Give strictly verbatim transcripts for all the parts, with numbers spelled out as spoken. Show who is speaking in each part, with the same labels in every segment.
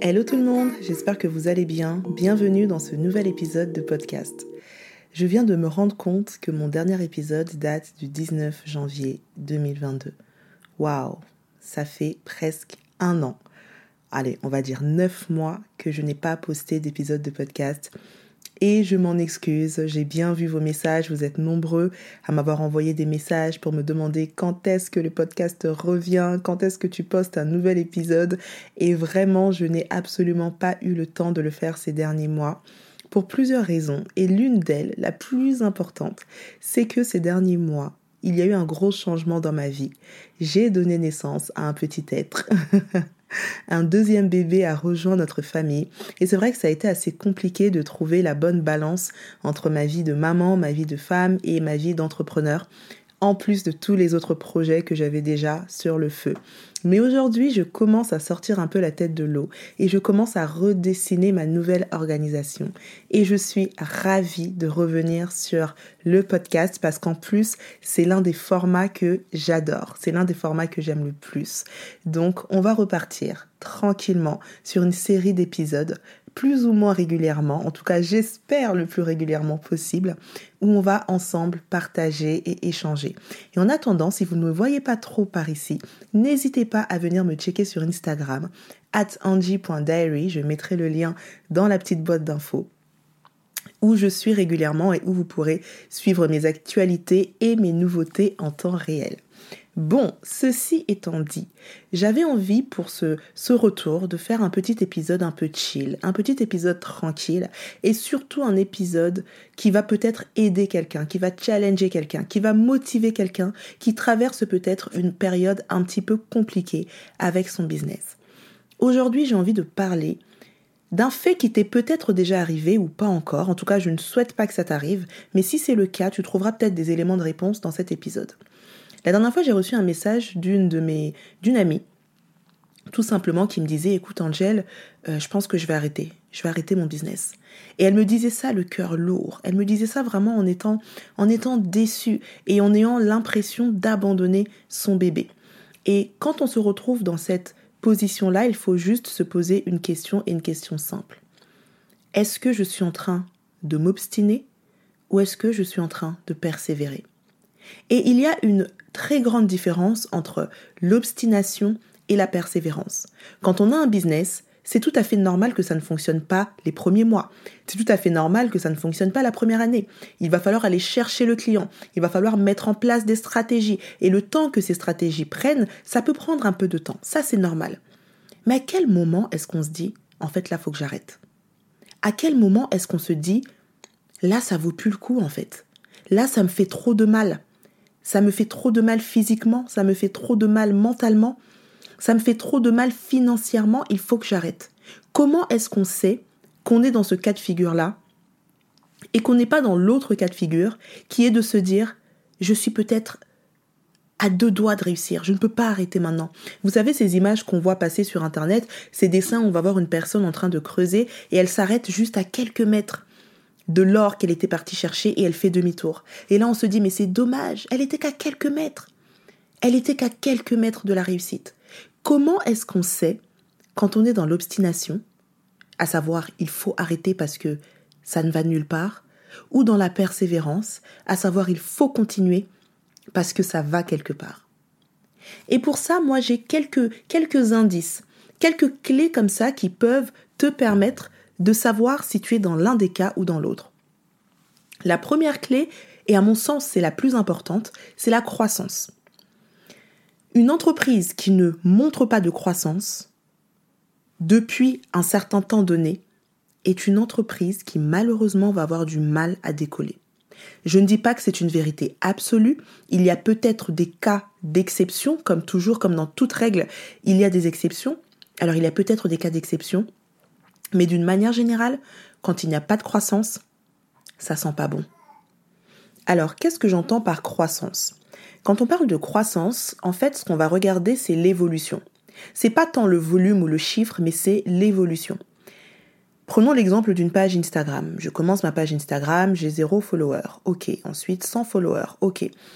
Speaker 1: Hello tout le monde, j'espère que vous allez bien. Bienvenue dans ce nouvel épisode de podcast. Je viens de me rendre compte que mon dernier épisode date du dix-neuf janvier deux mille vingt-deux. Waouh, ça fait presque un an. Allez, on va dire neuf mois que je n'ai pas posté d'épisode de podcast. Et je m'en excuse, j'ai bien vu vos messages, vous êtes nombreux à m'avoir envoyé des messages pour me demander quand est-ce que le podcast revient, quand est-ce que tu postes un nouvel épisode. Et vraiment, je n'ai absolument pas eu le temps de le faire ces derniers mois pour plusieurs raisons. Et l'une d'elles, la plus importante, c'est que ces derniers mois, il y a eu un gros changement dans ma vie. J'ai donné naissance à un petit être. Un deuxième bébé a rejoint notre famille et c'est vrai que ça a été assez compliqué de trouver la bonne balance entre ma vie de maman, ma vie de femme et ma vie d'entrepreneur, en plus de tous les autres projets que j'avais déjà sur le feu. Mais aujourd'hui, je commence à sortir un peu la tête de l'eau et je commence à redessiner ma nouvelle organisation. Et je suis ravie de revenir sur le podcast parce qu'en plus, c'est l'un des formats que j'adore. C'est l'un des formats que j'aime le plus. Donc, on va repartir tranquillement sur une série d'épisodes plus ou moins régulièrement, en tout cas j'espère le plus régulièrement possible, où on va ensemble partager et échanger. Et en attendant, si vous ne me voyez pas trop par ici, n'hésitez pas à venir me checker sur Instagram, at angie point diary, je mettrai le lien dans la petite boîte d'infos, où je suis régulièrement et où vous pourrez suivre mes actualités et mes nouveautés en temps réel. Bon, ceci étant dit, j'avais envie pour ce, ce retour de faire un petit épisode un peu chill, un petit épisode tranquille et surtout un épisode qui va peut-être aider quelqu'un, qui va challenger quelqu'un, qui va motiver quelqu'un qui traverse peut-être une période un petit peu compliquée avec son business. Aujourd'hui, j'ai envie de parler d'un fait qui t'est peut-être déjà arrivé ou pas encore. En tout cas, je ne souhaite pas que ça t'arrive, mais si c'est le cas, tu trouveras peut-être des éléments de réponse dans cet épisode. La dernière fois, j'ai reçu un message d'une de mes, d'une amie, tout simplement, qui me disait « Écoute, Angel, euh, je pense que je vais arrêter. Je vais arrêter mon business. » Et elle me disait ça le cœur lourd. Elle me disait ça vraiment en étant, en étant déçue et en ayant l'impression d'abandonner son bébé. Et quand on se retrouve dans cette position-là, il faut juste se poser une question et une question simple. Est-ce que je suis en train de m'obstiner ou est-ce que je suis en train de persévérer ? Et il y a une très grande différence entre l'obstination et la persévérance. Quand on a un business, c'est tout à fait normal que ça ne fonctionne pas les premiers mois. C'est tout à fait normal que ça ne fonctionne pas la première année. Il va falloir aller chercher le client. Il va falloir mettre en place des stratégies. Et le temps que ces stratégies prennent, ça peut prendre un peu de temps. Ça, c'est normal. Mais à quel moment est-ce qu'on se dit, en fait, là, il faut que j'arrête ? À quel moment est-ce qu'on se dit, là, ça vaut plus le coup, en fait ? Là, ça me fait trop de mal. Ça me fait trop de mal physiquement, ça me fait trop de mal mentalement, ça me fait trop de mal financièrement, il faut que j'arrête. Comment est-ce qu'on sait qu'on est dans ce cas de figure-là et qu'on n'est pas dans l'autre cas de figure qui est de se dire « je suis peut-être à deux doigts de réussir, je ne peux pas arrêter maintenant ». Vous savez ces images qu'on voit passer sur Internet, ces dessins où on va voir une personne en train de creuser et elle s'arrête juste à quelques mètres de l'or qu'elle était partie chercher et elle fait demi-tour. Et là, on se dit, mais c'est dommage, elle était qu'à quelques mètres. Elle était qu'à quelques mètres de la réussite. Comment est-ce qu'on sait, quand on est dans l'obstination, à savoir, il faut arrêter parce que ça ne va nulle part, ou dans la persévérance, à savoir, il faut continuer parce que ça va quelque part. Et pour ça, moi, j'ai quelques, quelques indices, quelques clés comme ça qui peuvent te permettre de savoir si tu es dans l'un des cas ou dans l'autre. La première clé, et à mon sens c'est la plus importante, c'est la croissance. Une entreprise qui ne montre pas de croissance depuis un certain temps donné est une entreprise qui malheureusement va avoir du mal à décoller. Je ne dis pas que c'est une vérité absolue, il y a peut-être des cas d'exception, comme toujours, comme dans toute règle, il y a des exceptions. Alors il y a peut-être des cas d'exception, mais d'une manière générale, quand il n'y a pas de croissance, ça sent pas bon. Alors, qu'est-ce que j'entends par croissance ? Quand on parle de croissance, en fait, ce qu'on va regarder, c'est l'évolution. C'est pas tant le volume ou le chiffre, mais c'est l'évolution. Prenons l'exemple d'une page Instagram. Je commence ma page Instagram, j'ai zéro follower. Ok. Ensuite, cent followers. Ok.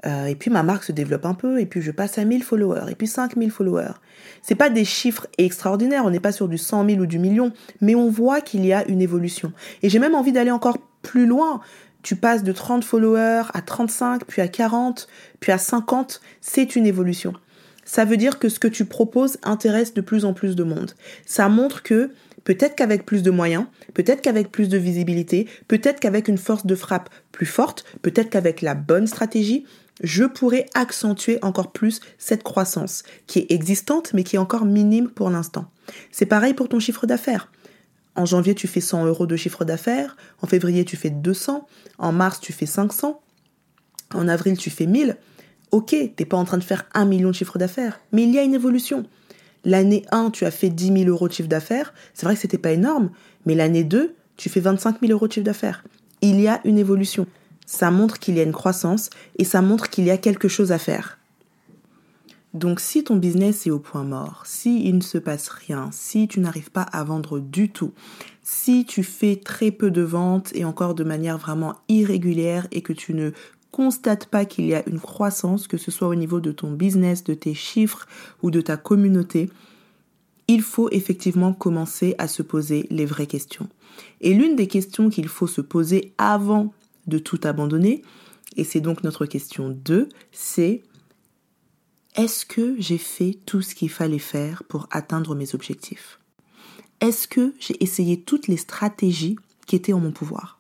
Speaker 1: Euh, et puis ma marque se développe un peu, et puis je passe à mille followers, et puis cinq mille followers. C'est pas des chiffres extraordinaires, on n'est pas sur du cent mille ou du million, mais on voit qu'il y a une évolution. Et j'ai même envie d'aller encore plus loin. Tu passes de trente followers à trente-cinq, puis à quarante, puis à cinquante, c'est une évolution. Ça veut dire que ce que tu proposes intéresse de plus en plus de monde. Ça montre que peut-être qu'avec plus de moyens, peut-être qu'avec plus de visibilité, peut-être qu'avec une force de frappe plus forte, peut-être qu'avec la bonne stratégie, je pourrais accentuer encore plus cette croissance qui est existante mais qui est encore minime pour l'instant. C'est pareil pour ton chiffre d'affaires. En janvier, tu fais cent euros de chiffre d'affaires. En février, tu fais deux cents. En mars, tu fais cinq cents. En avril, tu fais mille. Ok, t'es pas en train de faire un million de chiffre d'affaires, mais il y a une évolution. L'année un, tu as fait dix mille euros de chiffre d'affaires. C'est vrai que c'était pas énorme, mais l'année deux, tu fais vingt-cinq mille euros de chiffre d'affaires. Il y a une évolution. Ça montre qu'il y a une croissance et ça montre qu'il y a quelque chose à faire. Donc si ton business est au point mort, si il ne se passe rien, si tu n'arrives pas à vendre du tout, si tu fais très peu de ventes et encore de manière vraiment irrégulière et que tu ne constates pas qu'il y a une croissance, que ce soit au niveau de ton business, de tes chiffres ou de ta communauté, il faut effectivement commencer à se poser les vraies questions. Et l'une des questions qu'il faut se poser avant de tout abandonner, et c'est donc notre question deux, c'est: est-ce que j'ai fait tout ce qu'il fallait faire pour atteindre mes objectifs? Est-ce que j'ai essayé toutes les stratégies qui étaient en mon pouvoir?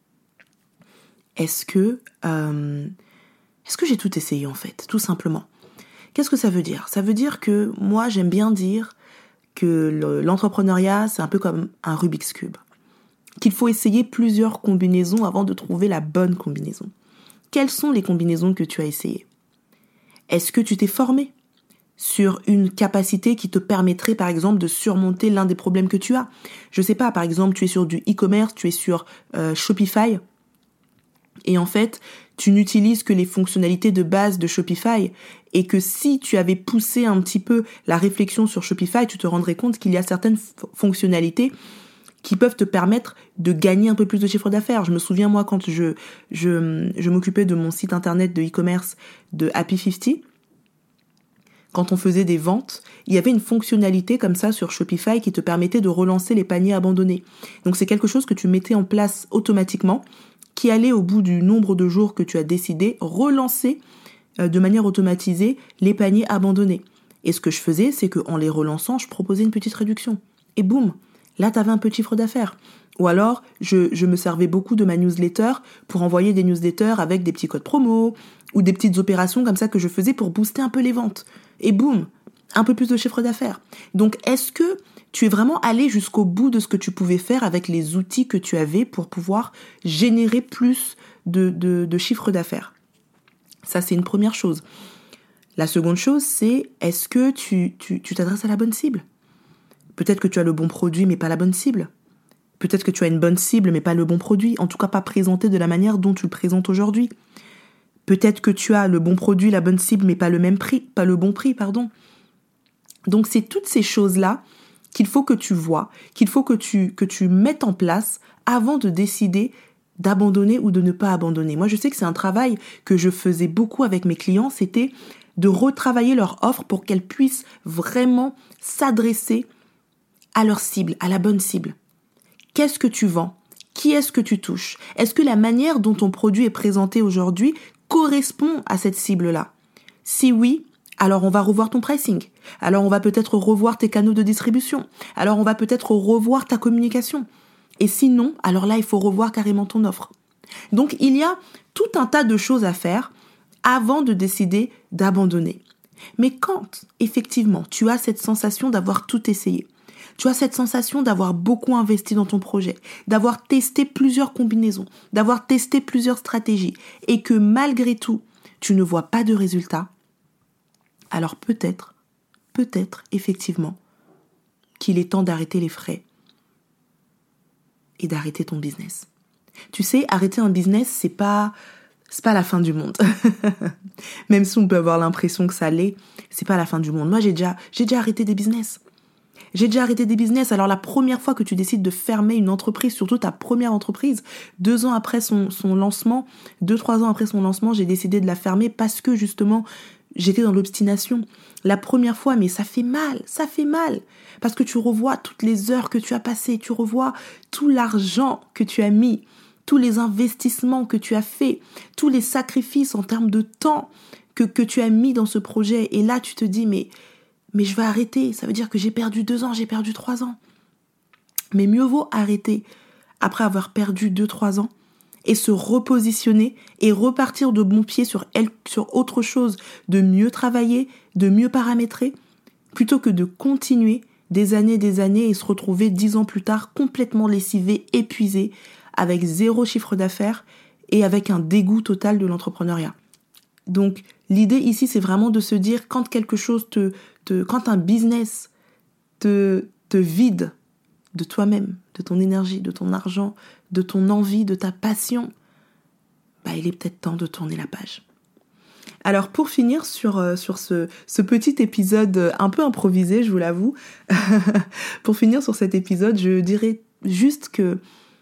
Speaker 1: Est-ce que, euh, est-ce que j'ai tout essayé en fait, tout simplement? Qu'est-ce que ça veut dire? Ça veut dire que moi, j'aime bien dire que le, l'entrepreneuriat, c'est un peu comme un Rubik's Cube. Qu'il faut essayer plusieurs combinaisons avant de trouver la bonne combinaison. Quelles sont les combinaisons que tu as essayées? Est-ce que tu t'es formé sur une capacité qui te permettrait, par exemple, de surmonter l'un des problèmes que tu as? Je sais pas, par exemple, tu es sur du e-commerce, tu es sur euh, Shopify, et en fait, tu n'utilises que les fonctionnalités de base de Shopify, et que si tu avais poussé un petit peu la réflexion sur Shopify, tu te rendrais compte qu'il y a certaines f- fonctionnalités qui peuvent te permettre de gagner un peu plus de chiffre d'affaires. Je me souviens, moi, quand je, je, je m'occupais de mon site internet de e-commerce de Happy cinquante, quand on faisait des ventes, il y avait une fonctionnalité comme ça sur Shopify qui te permettait de relancer les paniers abandonnés. Donc c'est quelque chose que tu mettais en place automatiquement, qui allait au bout du nombre de jours que tu as décidé relancer euh, de manière automatisée les paniers abandonnés. Et ce que je faisais, c'est qu'en les relançant, je proposais une petite réduction. Et boum, là, tu avais un petit chiffre d'affaires. Ou alors, je, je me servais beaucoup de ma newsletter pour envoyer des newsletters avec des petits codes promo ou des petites opérations comme ça que je faisais pour booster un peu les ventes. Et boum, un peu plus de chiffre d'affaires. Donc, est-ce que tu es vraiment allé jusqu'au bout de ce que tu pouvais faire avec les outils que tu avais pour pouvoir générer plus de, de, de chiffre d'affaires? Ça, c'est une première chose. La seconde chose, c'est est-ce que tu, tu, tu t'adresses à la bonne cible? Peut-être que tu as le bon produit, mais pas la bonne cible. Peut-être que tu as une bonne cible, mais pas le bon produit. En tout cas, pas présenté de la manière dont tu le présentes aujourd'hui. Peut-être que tu as le bon produit, la bonne cible, mais pas le même prix, pas le bon prix, pardon. Donc, c'est toutes ces choses-là qu'il faut que tu vois, qu'il faut que tu, que tu mettes en place avant de décider d'abandonner ou de ne pas abandonner. Moi, je sais que c'est un travail que je faisais beaucoup avec mes clients, c'était de retravailler leur offre pour qu'elles puissent vraiment s'adresser à leur cible, à la bonne cible. Qu'est-ce que tu vends? Qui est-ce que tu touches? Est-ce que la manière dont ton produit est présenté aujourd'hui correspond à cette cible-là? Si oui, alors on va revoir ton pricing. Alors on va peut-être revoir tes canaux de distribution. Alors on va peut-être revoir ta communication. Et sinon, alors là, il faut revoir carrément ton offre. Donc il y a tout un tas de choses à faire avant de décider d'abandonner. Mais quand, effectivement, tu as cette sensation d'avoir tout essayé, tu as cette sensation d'avoir beaucoup investi dans ton projet, d'avoir testé plusieurs combinaisons, d'avoir testé plusieurs stratégies, et que malgré tout, tu ne vois pas de résultat, alors peut-être, peut-être, effectivement, qu'il est temps d'arrêter les frais et d'arrêter ton business. Tu sais, arrêter un business, c'est pas, c'est pas la fin du monde. Même si on peut avoir l'impression que ça l'est, c'est pas la fin du monde. Moi, j'ai déjà, j'ai déjà arrêté des business. J'ai déjà arrêté des business. Alors la première fois que tu décides de fermer une entreprise, surtout ta première entreprise, deux ans après son, son lancement, deux, trois ans après son lancement, j'ai décidé de la fermer parce que justement, j'étais dans l'obstination. La première fois, mais ça fait mal, ça fait mal. Parce que tu revois toutes les heures que tu as passées, tu revois tout l'argent que tu as mis, tous les investissements que tu as faits, tous les sacrifices en termes de temps que, que tu as mis dans ce projet. Et là, tu te dis, mais... Mais je vais arrêter, ça veut dire que j'ai perdu deux ans, j'ai perdu trois ans. Mais mieux vaut arrêter après avoir perdu deux, trois ans et se repositionner et repartir de bon pied sur, elle, sur autre chose, de mieux travailler, de mieux paramétrer, plutôt que de continuer des années, des années et se retrouver dix ans plus tard complètement lessivé, épuisé, avec zéro chiffre d'affaires et avec un dégoût total de l'entrepreneuriat. Donc, l'idée ici, c'est vraiment de se dire, quand quelque chose te, te quand un business te, te vide de toi-même, de ton énergie, de ton argent, de ton envie, de ta passion, bah, il est peut-être temps de tourner la page. Alors, pour finir sur, euh, sur ce, ce petit épisode un peu improvisé, je vous l'avoue, pour finir sur cet épisode, je dirais juste que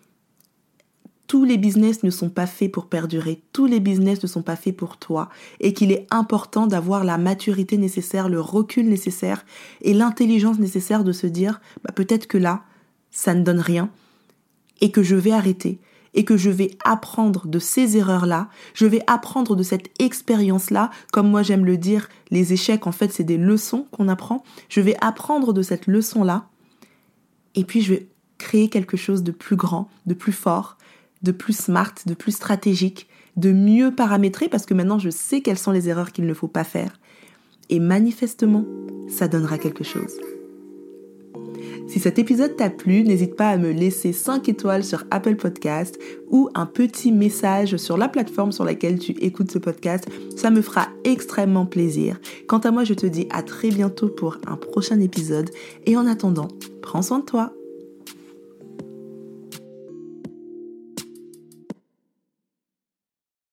Speaker 1: tous les business ne sont pas faits pour perdurer, tous les business ne sont pas faits pour toi et qu'il est important d'avoir la maturité nécessaire, le recul nécessaire et l'intelligence nécessaire de se dire bah, peut-être que là, ça ne donne rien et que je vais arrêter et que je vais apprendre de ces erreurs-là, je vais apprendre de cette expérience-là, comme moi j'aime le dire, les échecs en fait c'est des leçons qu'on apprend, je vais apprendre de cette leçon-là et puis je vais créer quelque chose de plus grand, de plus fort, de plus smart, de plus stratégique, de mieux paramétrer parce que maintenant je sais quelles sont les erreurs qu'il ne faut pas faire. Et manifestement, ça donnera quelque chose. Si cet épisode t'a plu, n'hésite pas à me laisser cinq étoiles sur Apple Podcast ou un petit message sur la plateforme sur laquelle tu écoutes ce podcast. Ça me fera extrêmement plaisir. Quant à moi, je te dis à très bientôt pour un prochain épisode. Et en attendant, prends soin de toi.